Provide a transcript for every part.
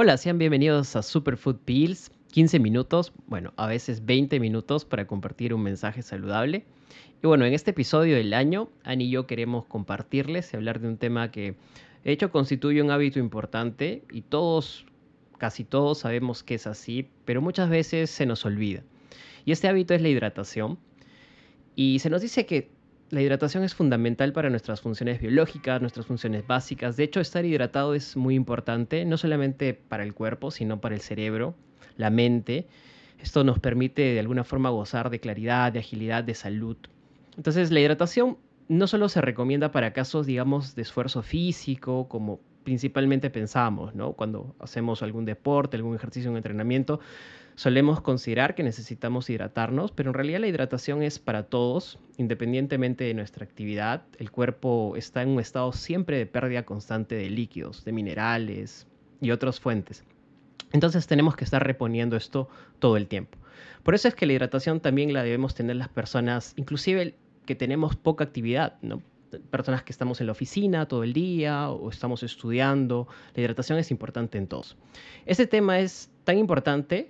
Hola, sean bienvenidos a Superfood Pills. 15 minutos, bueno, a veces 20 minutos para compartir un mensaje saludable. Y bueno, en este episodio del año, Ani y yo queremos compartirles y hablar de un tema que de hecho constituye un hábito importante y todos, casi todos sabemos que es así, pero muchas veces se nos olvida. Y este hábito es la hidratación. Y se nos dice que la hidratación es fundamental para nuestras funciones biológicas, nuestras funciones básicas. De hecho, estar hidratado es muy importante, no solamente para el cuerpo, sino para el cerebro, la mente. Esto nos permite de alguna forma gozar de claridad, de agilidad, de salud. Entonces, la hidratación no solo se recomienda para casos, digamos, de esfuerzo físico, como principalmente pensamos, ¿no? Cuando hacemos algún deporte, algún ejercicio, un entrenamiento, solemos considerar que necesitamos hidratarnos, pero en realidad la hidratación es para todos, independientemente de nuestra actividad. El cuerpo está en un estado siempre de pérdida constante de líquidos, de minerales y otras fuentes. Entonces tenemos que estar reponiendo esto todo el tiempo. Por eso es que la hidratación también la debemos tener las personas, inclusive que tenemos poca actividad, ¿no? Personas que estamos en la oficina todo el día o estamos estudiando. La hidratación es importante en todos. Este tema es tan importante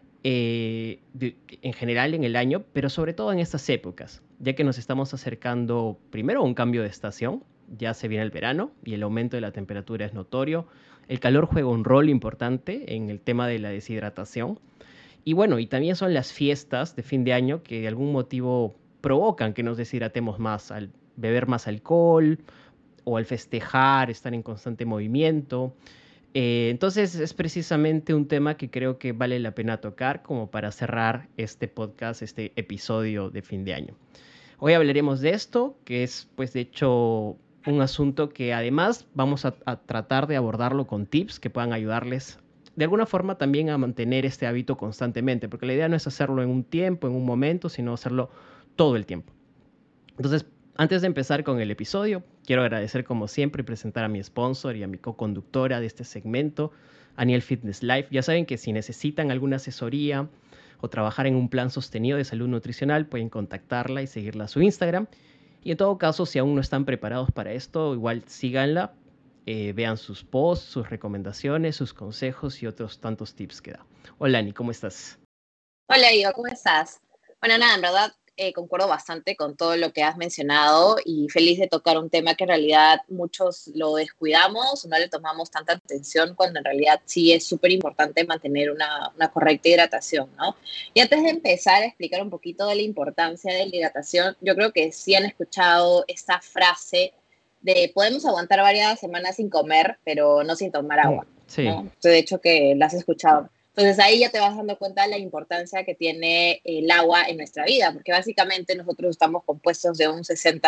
en general en el año, pero sobre todo en estas épocas, ya que nos estamos acercando primero a un cambio de estación, ya se viene el verano y el aumento de la temperatura es notorio, el calor juega un rol importante en el tema de la deshidratación, y bueno, y también son las fiestas de fin de año que de algún motivo provocan que nos deshidratemos más al beber más alcohol o al festejar, estar en constante movimiento. Entonces es precisamente un tema que creo que vale la pena tocar como para cerrar este podcast, este episodio de fin de año. Hoy hablaremos de esto, que es pues de hecho un asunto que además vamos a tratar de abordarlo con tips que puedan ayudarles de alguna forma también a mantener este hábito constantemente, porque la idea no es hacerlo en un tiempo, en un momento, sino hacerlo todo el tiempo. Entonces, antes de empezar con el episodio, quiero agradecer como siempre y presentar a mi sponsor y a mi co-conductora de este segmento, Aniel Fitness Life. Ya saben que si necesitan alguna asesoría o trabajar en un plan sostenido de salud nutricional, pueden contactarla y seguirla a su Instagram. Y en todo caso, si aún no están preparados para esto, igual síganla, vean sus posts, sus recomendaciones, sus consejos y otros tantos tips que da. Hola Ani, ¿cómo estás? Hola, Ivo, ¿cómo estás? Bueno, nada, en verdad concuerdo bastante con todo lo que has mencionado y feliz de tocar un tema que en realidad muchos lo descuidamos, no le tomamos tanta atención cuando en realidad sí es súper importante mantener una correcta hidratación, ¿no? Y antes de empezar a explicar un poquito de la importancia de la hidratación, yo creo que sí han escuchado esta frase de podemos aguantar varias semanas sin comer, pero no sin tomar agua, Sí, ¿no? De hecho que la has escuchado. Entonces ahí ya te vas dando cuenta de la importancia que tiene el agua en nuestra vida, porque básicamente nosotros estamos compuestos de un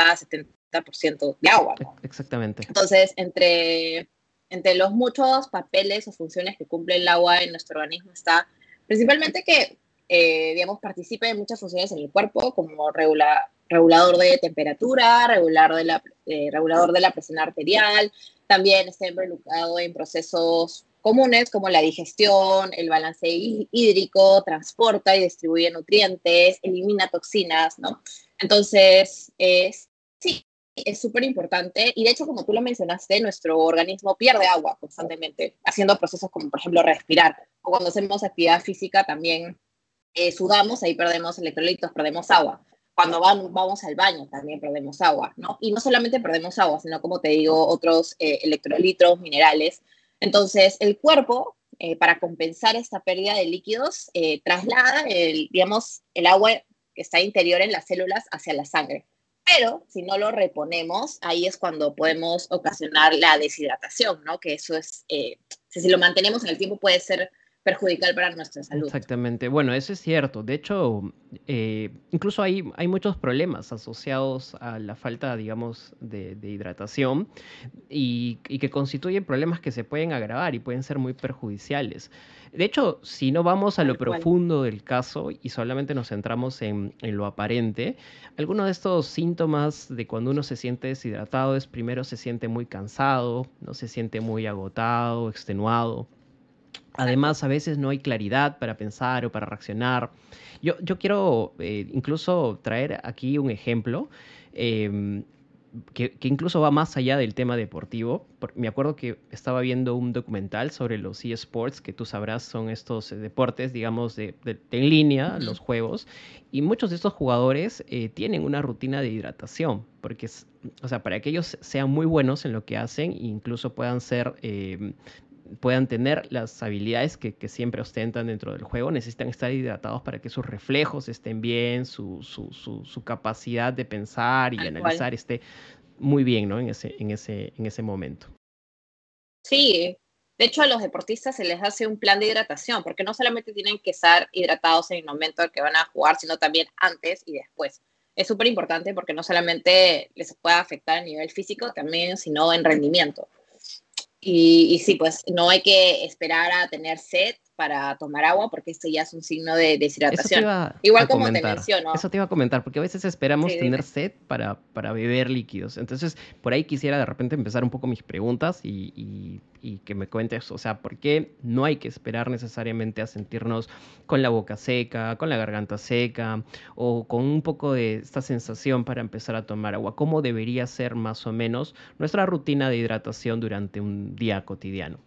60-70% de agua, ¿no? exactamente. Entonces, entre los muchos papeles o funciones que cumple el agua en nuestro organismo está principalmente que, digamos, participe en muchas funciones en el cuerpo, como regulador de temperatura, regulador de la presión arterial, también está involucrado en procesos comunes como la digestión, el balance hídrico, transporta y distribuye nutrientes, elimina toxinas, ¿no? Entonces, sí, es súper importante y de hecho, como tú lo mencionaste, nuestro organismo pierde agua constantemente haciendo procesos como, por ejemplo, respirar o cuando hacemos actividad física también sudamos, ahí perdemos electrolitos, perdemos agua. Cuando vamos al baño también perdemos agua, ¿no? Y no solamente perdemos agua, sino como te digo, otros electrolitos, minerales. Entonces, el cuerpo, para compensar esta pérdida de líquidos, traslada, digamos, el agua que está interior en las células hacia la sangre. Pero si no lo reponemos, ahí es cuando podemos ocasionar la deshidratación, ¿no? Que eso es, si lo mantenemos en el tiempo puede ser perjudicial para nuestra salud. Exactamente. Bueno, eso es cierto. De hecho, incluso hay muchos problemas asociados a la falta, digamos, de hidratación y que constituyen problemas que se pueden agravar y pueden ser muy perjudiciales. De hecho, si no vamos a lo Tal cual. profundo del caso y solamente nos centramos en lo aparente, algunos de estos síntomas de cuando uno se siente deshidratado es primero se siente muy cansado, no se siente muy agotado, extenuado. Exacto. Además, a veces no hay claridad para pensar o para reaccionar. Yo quiero incluso traer aquí un ejemplo. Eh, que incluso va más allá del tema deportivo. Me acuerdo que estaba viendo un documental sobre los eSports, que tú sabrás son estos deportes, digamos, de en línea, Ujú. los juegos, y muchos de estos jugadores tienen una rutina de hidratación, porque, o sea, para que ellos sean muy buenos en lo que hacen, e incluso puedan ser... puedan tener las habilidades que siempre ostentan dentro del juego, necesitan estar hidratados para que sus reflejos estén bien, su capacidad de pensar y Tal cual. analizar esté muy bien, ¿no? En ese momento. Sí, de hecho a los deportistas se les hace un plan de hidratación, porque no solamente tienen que estar hidratados en el momento en que van a jugar, sino también antes y después. Es súper importante porque no solamente les puede afectar a nivel físico, también, sino en rendimiento. Y sí, pues no hay que esperar a tener sed para tomar agua, porque esto ya es un signo de Eso te deshidratación. iba Igual a como te comentar. menciono, Eso te iba a comentar, porque a veces esperamos sí, tener dime. sed para beber líquidos. Entonces, por ahí quisiera de repente empezar un poco mis preguntas y que me cuentes, o sea, ¿por qué no hay que esperar necesariamente a sentirnos con la boca seca, con la garganta seca o con un poco de esta sensación para empezar a tomar agua? ¿Cómo debería ser más o menos nuestra rutina de hidratación durante un día cotidiano?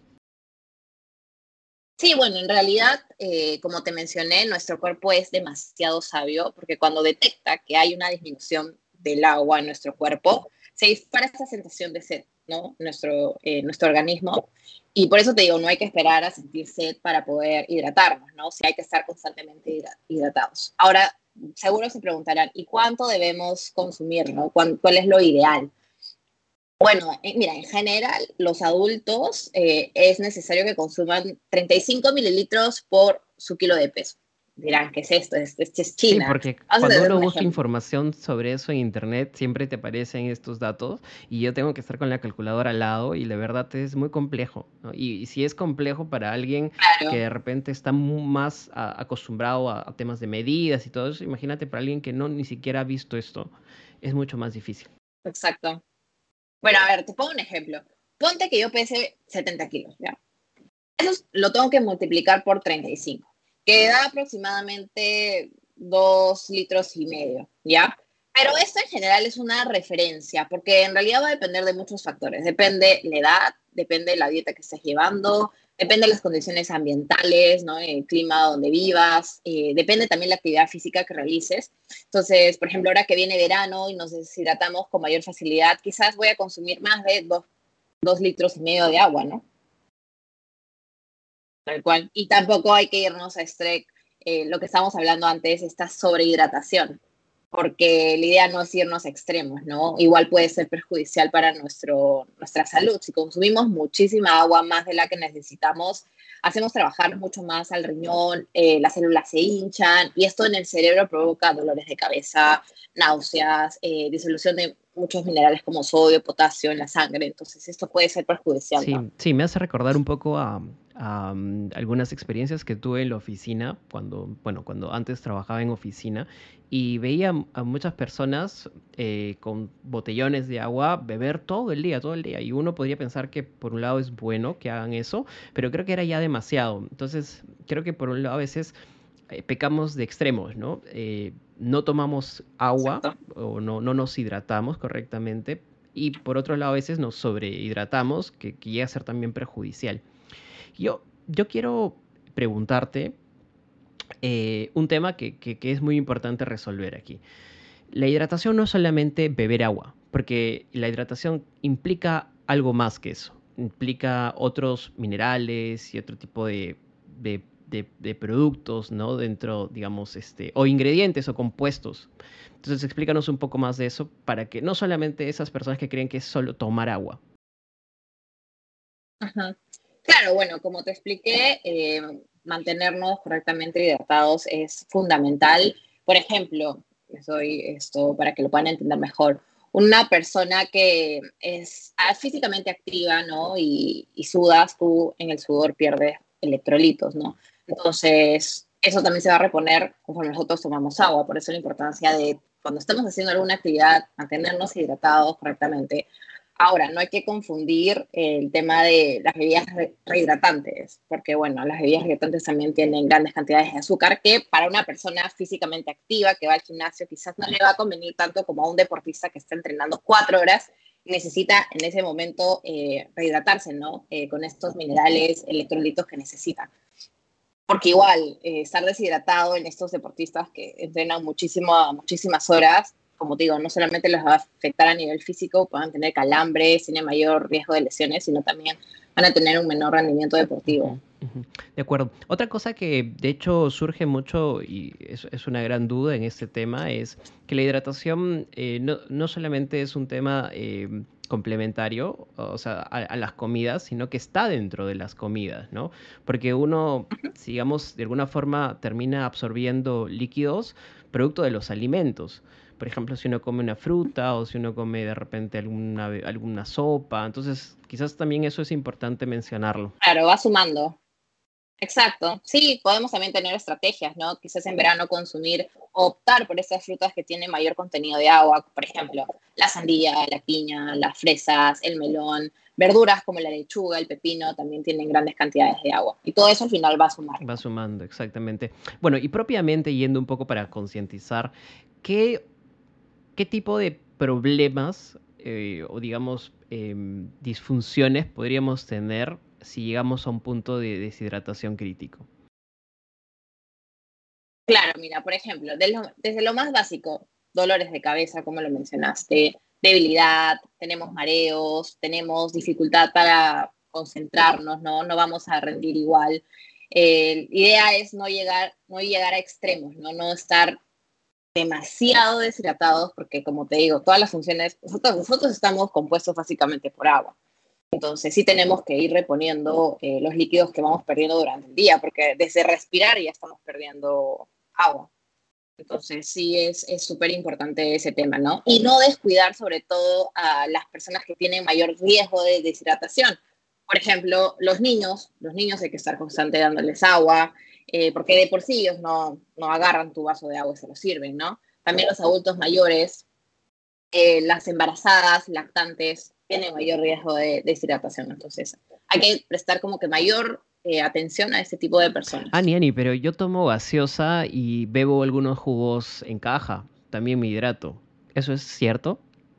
Sí, bueno, en realidad, como te mencioné, nuestro cuerpo es demasiado sabio porque cuando detecta que hay una disminución del agua en nuestro cuerpo, se dispara esta sensación de sed, ¿no? Nuestro organismo. Y por eso te digo, no hay que esperar a sentir sed para poder hidratarnos, ¿no? Sí hay que estar constantemente hidratados. Ahora, seguro se preguntarán, ¿y cuánto debemos consumir, ¿no? ¿Cuál es lo ideal? Bueno, mira, en general, los adultos es necesario que consuman 35 mililitros por su kilo de peso. Dirán, ¿qué es esto? Esto es Sí, China. porque Vamos a cuando tener uno un busca ejemplo. información sobre eso en internet, siempre te aparecen estos datos y yo tengo que estar con la calculadora al lado y la verdad es muy complejo, ¿no? Y si es complejo para alguien que Claro, de repente está más acostumbrado a temas de medidas y todo eso, imagínate para alguien que no ni siquiera ha visto esto, es mucho más difícil. exacto. Bueno, a ver, te pongo un ejemplo. Ponte que yo pese 70 kilos, ¿ya? Eso lo tengo que multiplicar por 35, que da aproximadamente 2,5 litros, ¿ya? Pero esto en general es una referencia, porque en realidad va a depender de muchos factores. Depende la edad, depende la dieta que estés llevando, depende de las condiciones ambientales, ¿no? El clima donde vivas, depende también la actividad física que realices. Entonces, por ejemplo, ahora que viene verano y nos deshidratamos con mayor facilidad, quizás voy a consumir más de 2,5 litros de agua, ¿no? Tal cual. Y tampoco hay que irnos a lo que estábamos hablando antes, esta sobrehidratación, porque la idea no es irnos a extremos, ¿no? Igual puede ser perjudicial para nuestra salud. Si consumimos muchísima agua más de la que necesitamos, hacemos trabajar mucho más al riñón, las células se hinchan y esto en el cerebro provoca dolores de cabeza, náuseas, disolución de muchos minerales como sodio, potasio en la sangre. Entonces esto puede ser perjudicial, ¿no? Sí, sí, me hace recordar un poco algunas experiencias que tuve en la oficina, bueno, cuando antes trabajaba en oficina, y veía a muchas personas con botellones de agua beber todo el día, y uno podría pensar que por un lado es bueno que hagan eso, pero creo que era ya demasiado. Entonces, creo que por un lado a veces pecamos de extremos, ¿no? No tomamos agua Exacto. o no nos hidratamos correctamente y por otro lado a veces nos sobrehidratamos, que llega a ser también perjudicial. Yo quiero preguntarte un tema que es muy importante resolver aquí. La hidratación no es solamente beber agua, porque la hidratación implica algo más que eso. Implica otros minerales y otro tipo de productos, ¿no? Dentro, digamos, o ingredientes o compuestos. Entonces, explícanos un poco más de eso para que no solamente esas personas que creen que es solo tomar agua. Ajá. Claro, bueno, como te expliqué, mantenernos correctamente hidratados es fundamental. Por ejemplo, les doy esto para que lo puedan entender mejor. Una persona que es físicamente activa, ¿no? Y sudas, tú en el sudor pierdes electrolitos, ¿no? Entonces, eso también se va a reponer conforme nosotros tomamos agua. Por eso la importancia de, cuando estamos haciendo alguna actividad, mantenernos hidratados correctamente. Ahora, no hay que confundir el tema de las bebidas rehidratantes, porque bueno, las bebidas rehidratantes también tienen grandes cantidades de azúcar que para una persona físicamente activa que va al gimnasio quizás no le va a convenir tanto como a un deportista que está entrenando 4 horas y necesita en ese momento rehidratarse, ¿no? Con estos minerales, electrolitos que necesita. Porque igual, estar deshidratado en estos deportistas que entrenan muchísimas horas, como te digo, no solamente los va a afectar a nivel físico, puedan tener calambres, tienen mayor riesgo de lesiones, sino también van a tener un menor rendimiento deportivo. Ujú, ujú. De acuerdo. Otra cosa que de hecho surge mucho y es una gran duda en este tema es que la hidratación no solamente es un tema complementario, o sea, a las comidas, sino que está dentro de las comidas, ¿no? Porque uno, digamos, de alguna forma termina absorbiendo líquidos producto de los alimentos. Por ejemplo, si uno come una fruta o si uno come de repente alguna sopa. Entonces, quizás también eso es importante mencionarlo. Claro, va sumando. Exacto. Sí, podemos también tener estrategias, ¿no? Quizás en verano consumir, optar por esas frutas que tienen mayor contenido de agua, por ejemplo, la sandía, la piña, las fresas, el melón, verduras como la lechuga, el pepino, también tienen grandes cantidades de agua. Y todo eso al final va a sumar. Va sumando, exactamente. Bueno, y propiamente yendo un poco para concientizar, ¿qué, qué tipo de problemas o digamos disfunciones podríamos tener si llegamos a un punto de deshidratación crítico? Claro, mira, por ejemplo, desde lo más básico, dolores de cabeza, como lo mencionaste, debilidad, tenemos mareos, tenemos dificultad para concentrarnos, ¿no? No vamos a rendir igual. La idea es no llegar a extremos, ¿no? No estar demasiado deshidratados, porque como te digo, todas las funciones, nosotros estamos compuestos básicamente por agua. Entonces sí tenemos que ir reponiendo los líquidos que vamos perdiendo durante el día, porque desde respirar ya estamos perdiendo agua. Entonces sí es súper importante ese tema, ¿no? Y no descuidar sobre todo a las personas que tienen mayor riesgo de deshidratación. Por ejemplo, los niños hay que estar constante dándoles agua, porque de por sí ellos no agarran tu vaso de agua y se lo sirven, ¿no? También los adultos mayores, las embarazadas, lactantes, tienen mayor riesgo de deshidratación. Entonces, hay que prestar como que mayor atención a ese tipo de personas. Ani, pero yo tomo gaseosa y bebo algunos jugos en caja. También me hidrato. ¿Eso es cierto?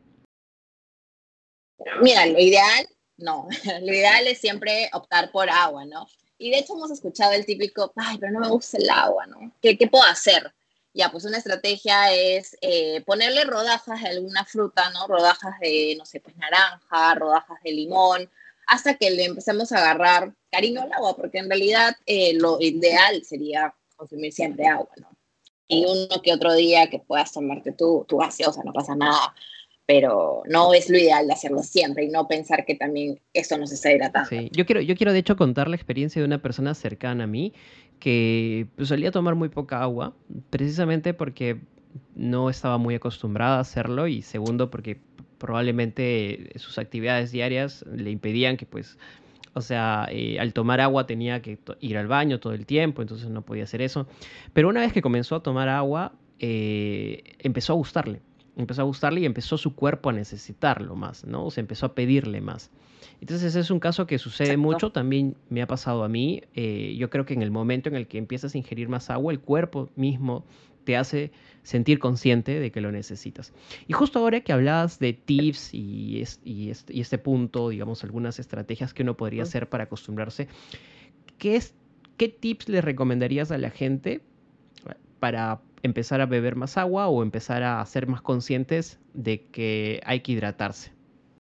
Mira, lo ideal, no, lo ideal es siempre optar por agua, ¿no? Y de hecho hemos escuchado el típico, ay, pero no me gusta el agua, ¿no? ¿Qué puedo hacer? Ya, pues una estrategia es ponerle rodajas de alguna fruta, ¿no? Rodajas de, no sé, pues naranja, rodajas de limón, hasta que le empecemos a agarrar cariño al agua, porque en realidad lo ideal sería consumir siempre agua, ¿no? Y uno que otro día que puedas tomarte tu gaseosa, no pasa nada, pero no es lo ideal de hacerlo siempre y no pensar que también eso nos está hidratando. Sí, yo quiero de hecho contar la experiencia de una persona cercana a mí que pues, solía tomar muy poca agua, precisamente porque no estaba muy acostumbrada a hacerlo y segundo porque probablemente sus actividades diarias le impedían que pues, o sea, al tomar agua tenía que ir al baño todo el tiempo, entonces no podía hacer eso. Pero una vez que comenzó a tomar agua, empezó a gustarle. Empezó a gustarle y empezó su cuerpo a necesitarlo más, ¿no? O sea, empezó a pedirle más. Entonces es un caso que sucede Exacto. mucho, también me ha pasado a mí. Yo creo que en el momento en el que empiezas a ingerir más agua, el cuerpo mismo te hace sentir consciente de que lo necesitas. Y justo ahora que hablabas de tips y este punto, digamos, algunas estrategias que uno podría hacer para acostumbrarse, ¿qué, es, qué tips le recomendarías a la gente para empezar a beber más agua o empezar a ser más conscientes de que hay que hidratarse?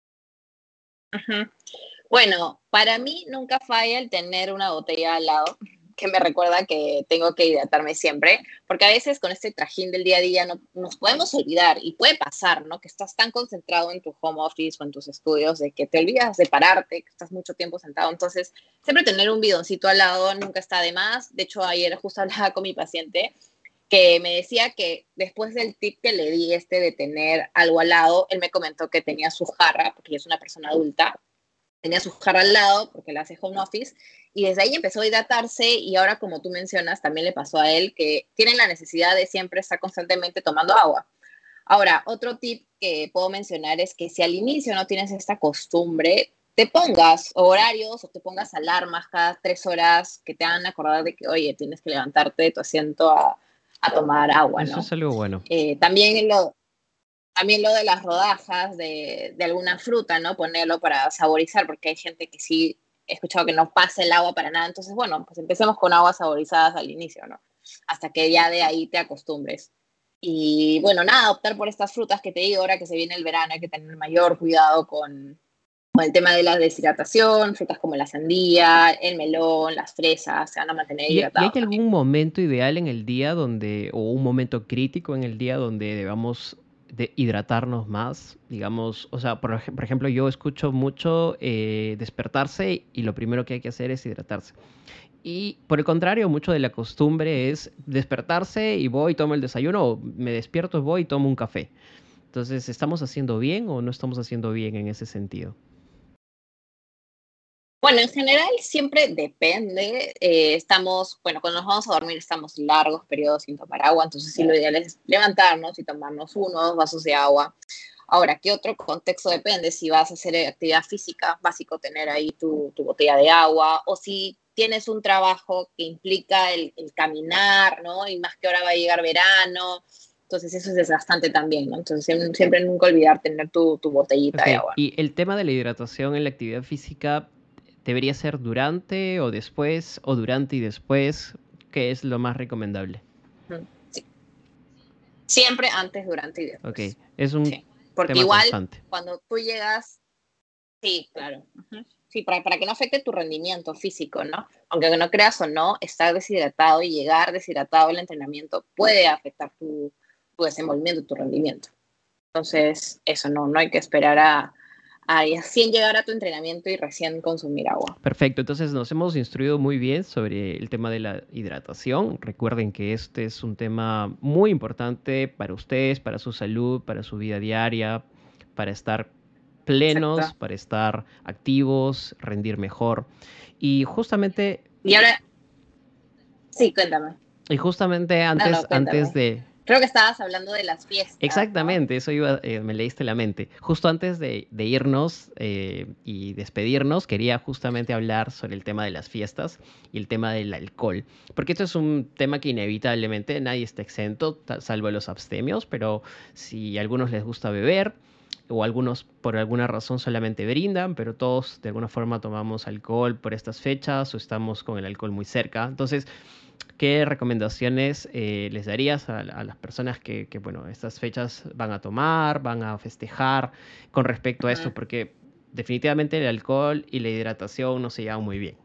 Ujú. Bueno, para mí nunca falla el tener una botella al lado que me recuerda que tengo que hidratarme siempre, porque a veces con este trajín del día a día no, nos podemos olvidar y puede pasar, ¿no? Que estás tan concentrado en tu home office o en tus estudios de que te olvidas de pararte, que estás mucho tiempo sentado. Entonces, siempre tener un bidoncito al lado nunca está de más. De hecho, ayer justo hablaba con mi paciente que me decía que después del tip que le di de tener algo al lado, él me comentó que tenía su jarra, porque ella es una persona adulta, tenía su jarra al lado porque la hace home office y desde ahí empezó a hidratarse y ahora como tú mencionas también le pasó a él que tiene la necesidad de siempre estar constantemente tomando agua. Ahora, otro tip que puedo mencionar es que si al inicio no tienes esta costumbre, te pongas horarios o te pongas alarmas cada 3 horas que te hagan acordar de que, oye, tienes que levantarte de tu asiento a tomar agua, Eso ¿no? es algo bueno. También lo de las rodajas de alguna fruta, ¿no? Ponerlo para saborizar, porque hay gente que sí he escuchado que no pasa el agua para nada. Entonces, bueno, pues empecemos con aguas saborizadas al inicio, ¿no? Hasta que ya de ahí te acostumbres. Y bueno, nada, optar por estas frutas que te digo, ahora que se viene el verano, hay que tener mayor cuidado con el tema de la deshidratación, frutas como la sandía, el melón, las fresas, se van a mantener ¿Y hay hidratados también. algún momento ideal en el día donde, o un momento crítico en el día donde debamos de hidratarnos más? Digamos, o sea, por ejemplo, yo escucho mucho despertarse y lo primero que hay que hacer es hidratarse. Y por el contrario, mucho de la costumbre es despertarse y voy y tomo el desayuno, o me despierto, voy y tomo un café. Entonces, ¿estamos haciendo bien o no estamos haciendo bien en ese sentido? Bueno, en general siempre depende. Bueno, cuando nos vamos a dormir estamos largos periodos sin tomar agua, entonces sí lo ideal es levantarnos y tomarnos 1 o 2 vasos de agua. Ahora, ¿qué otro contexto depende? Si vas a hacer actividad física, básico tener ahí tu botella de agua, o si tienes un trabajo que implica el caminar, ¿no? Y más que ahora va a llegar verano, entonces eso es desgastante también, ¿no? Entonces siempre nunca olvidar tener tu botellita Ok, de agua. y el tema de la hidratación en la actividad física debería ser durante o después, o durante y después, ¿qué es lo más recomendable? Sí. Siempre antes, durante y Ok, después. es un Sí. Porque tema igual constante. cuando tú llegas, sí, claro. Ujú. Sí, para que no afecte tu rendimiento físico, ¿no? Aunque no creas o no, estar deshidratado y llegar deshidratado al entrenamiento puede afectar tu desenvolvimiento, tu rendimiento. Entonces, eso no hay que esperar a recién llegar a tu entrenamiento y recién consumir agua. Perfecto, entonces nos hemos instruido muy bien sobre el tema de la hidratación. Recuerden que este es un tema muy importante para ustedes, para su salud, para su vida diaria, para estar plenos, Exacto. para estar activos, rendir mejor. Y justamente, Y ahora, sí, cuéntame. y justamente No, antes cuéntame. de, Creo que estabas hablando de las fiestas, ¿no? exactamente, eso iba, me leíste la mente. Justo antes de irnos y despedirnos, quería justamente hablar sobre el tema de las fiestas y el tema del alcohol. Porque esto es un tema que inevitablemente nadie está exento, salvo los abstemios, pero si a algunos les gusta beber, o algunos por alguna razón solamente brindan, pero todos de alguna forma tomamos alcohol por estas fechas o estamos con el alcohol muy cerca. Entonces, ¿qué recomendaciones les darías a las personas bueno, estas fechas van a tomar, van a festejar con respecto a esto? Ujú. Porque definitivamente el alcohol y la hidratación no se llevan muy bien.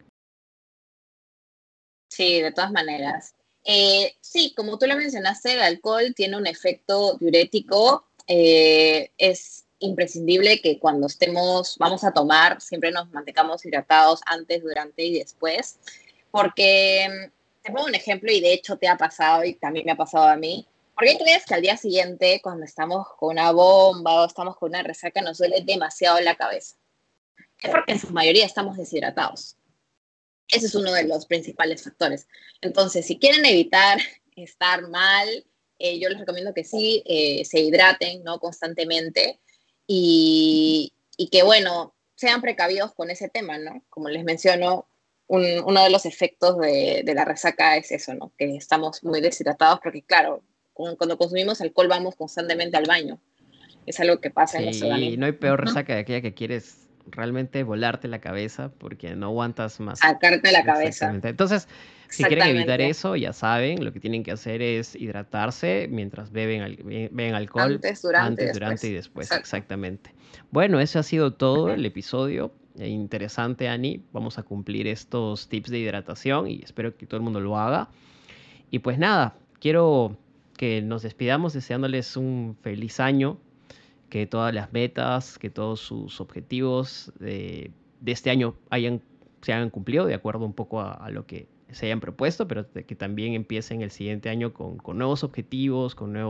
Sí, de todas maneras. Sí, como tú lo mencionaste, el alcohol tiene un efecto diurético. Es imprescindible que cuando vamos a tomar, siempre nos mantengamos hidratados antes, durante y después. Porque te pongo un ejemplo y de hecho te ha pasado y también me ha pasado a mí. Porque hay veces que al día siguiente, cuando estamos con una bomba o estamos con una resaca, nos duele demasiado la cabeza. Es porque en su mayoría estamos deshidratados. Ese es uno de los principales factores. Entonces, si quieren evitar estar mal, yo les recomiendo que sí se hidraten, ¿no? Constantemente y que, bueno, sean precavidos con ese tema, ¿no? Como les menciono, uno de los efectos de la resaca es eso, ¿no? Que estamos muy deshidratados porque, claro, cuando consumimos alcohol vamos constantemente al baño. Es algo que pasa en nuestro Sí, y no organismo. hay peor Ujú. resaca de aquella que quieres realmente volarte la cabeza porque no aguantas más. Sacarte la cabeza. Exactamente. Entonces, si quieren evitar Exactamente. eso, ya saben, lo que tienen que hacer es hidratarse mientras beben alcohol Antes, durante y antes, durante y después. después. Exacto. Exactamente. Bueno, eso ha sido todo Ujú. el episodio. Interesante, Ani. Vamos a cumplir estos tips de hidratación y espero que todo el mundo lo haga. Y pues nada, quiero que nos despidamos deseándoles un feliz año, que todas las metas, que todos sus objetivos de este año se hayan cumplido de acuerdo un poco a lo que se hayan propuesto, pero que también empiecen el siguiente año con nuevos objetivos,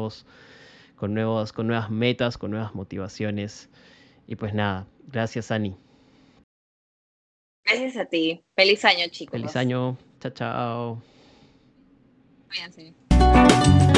con nuevas metas, con nuevas motivaciones. Y pues nada, gracias, Ani. Gracias a ti. Feliz año, Feliz chicos. año. Chao, chao. Cuídense.